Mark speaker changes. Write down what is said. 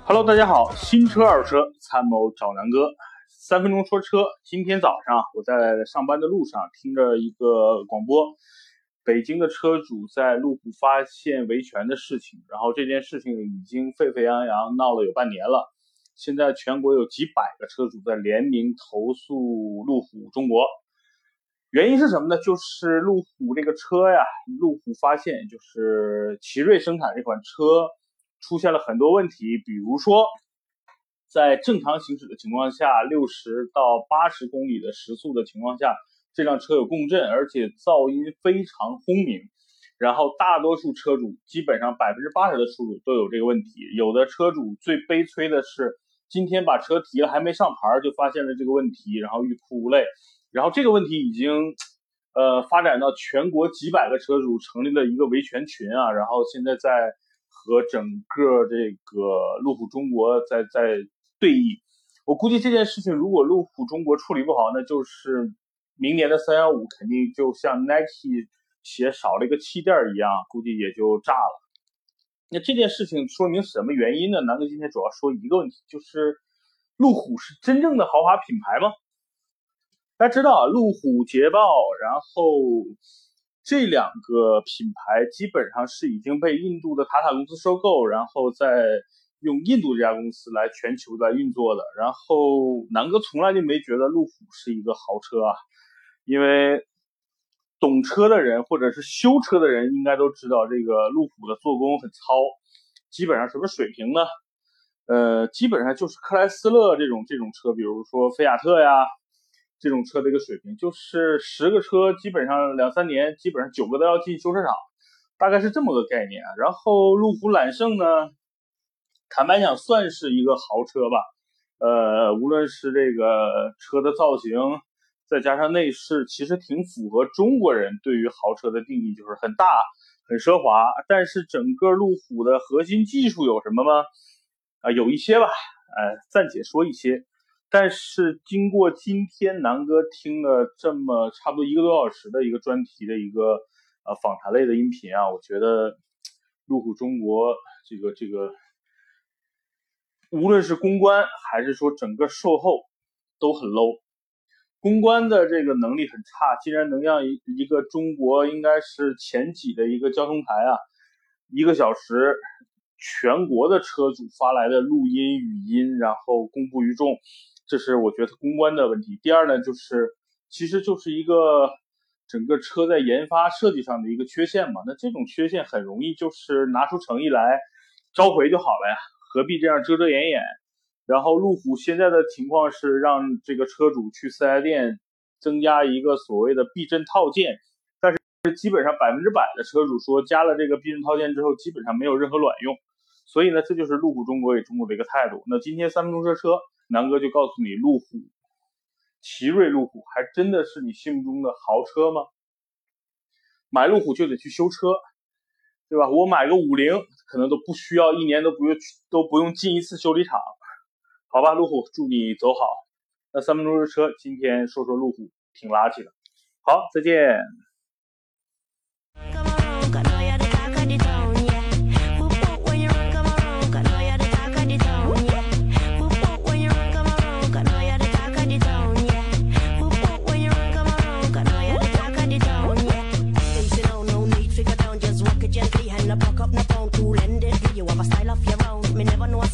Speaker 1: Hello， 大家好，新车二手车参谋找南哥，3分钟说车。今天早上我在上班的路上听着一个广播，北京的车主在路虎发现维权的事情，然后这件事情已经沸沸扬扬闹了有半年了，现在全国有几百个车主在联名投诉路虎中国。原因是什么呢？就是路虎这个车呀，路虎发现就是奇瑞生产这款车出现了很多问题，比如说在正常行驶的情况下，60到80公里的时速的情况下，这辆车有共振，而且噪音非常轰鸣。然后大多数车主，基本上80%的车主都有这个问题。有的车主最悲催的是，今天把车提了还没上牌就发现了这个问题，然后欲哭无泪。然后这个问题已经发展到全国几百个车主成立了一个维权群啊，然后现在在和整个这个路虎中国在对弈。我估计这件事情如果路虎中国处理不好，那就是明年的315肯定就像 Nike 鞋少了一个气垫一样，估计也就炸了。那这件事情说明什么原因呢？南哥今天主要说一个问题，就是路虎是真正的豪华品牌吗？大家知道路虎、捷豹，然后这两个品牌基本上是已经被印度的塔塔公司收购，然后再用印度这家公司来全球来运作的。然后南哥从来就没觉得路虎是一个豪车啊，因为懂车的人或者是修车的人应该都知道，这个路虎的做工很糙，基本上什么水平呢？基本上就是克莱斯勒这种车，比如说菲亚特呀，这种车的一个水平，就是10个车基本上2-3年，基本上9个都要进修车厂，大概是这么个概念。然后路虎揽胜呢，坦白讲算是一个豪车吧，无论是这个车的造型，再加上内饰，其实挺符合中国人对于豪车的定义，就是很大、很奢华。但是整个路虎的核心技术有什么吗？有一些吧，暂且说一些。但是经过今天南哥听了这么差不多1个多小时的一个专题的一个访谈类的音频啊，我觉得路虎中国这个无论是公关还是说整个售后都很 low。公关的这个能力很差，竟然能让一个中国应该是前几的一个交通台啊，1个小时全国的车主发来的录音语音，然后公布于众，这是我觉得公关的问题。第二呢，其实就是一个整个车在研发设计上的一个缺陷嘛。那这种缺陷很容易就是拿出诚意来召回就好了呀，何必这样遮遮掩掩？然后路虎现在的情况是让这个车主去4S店增加一个所谓的避震套件，但是基本上100%的车主说加了这个避震套件之后基本上没有任何卵用。所以呢，这就是路虎中国给中国的一个态度。那今天3分钟说车，南哥就告诉你，路虎奇瑞路虎还真的是你心目中的豪车吗？买路虎就得去修车，对吧？我买个50可能都不需要1年都不用进一次修理厂。好吧，路虎祝你走好。那3分钟说车今天说路虎挺垃圾的。好，再见。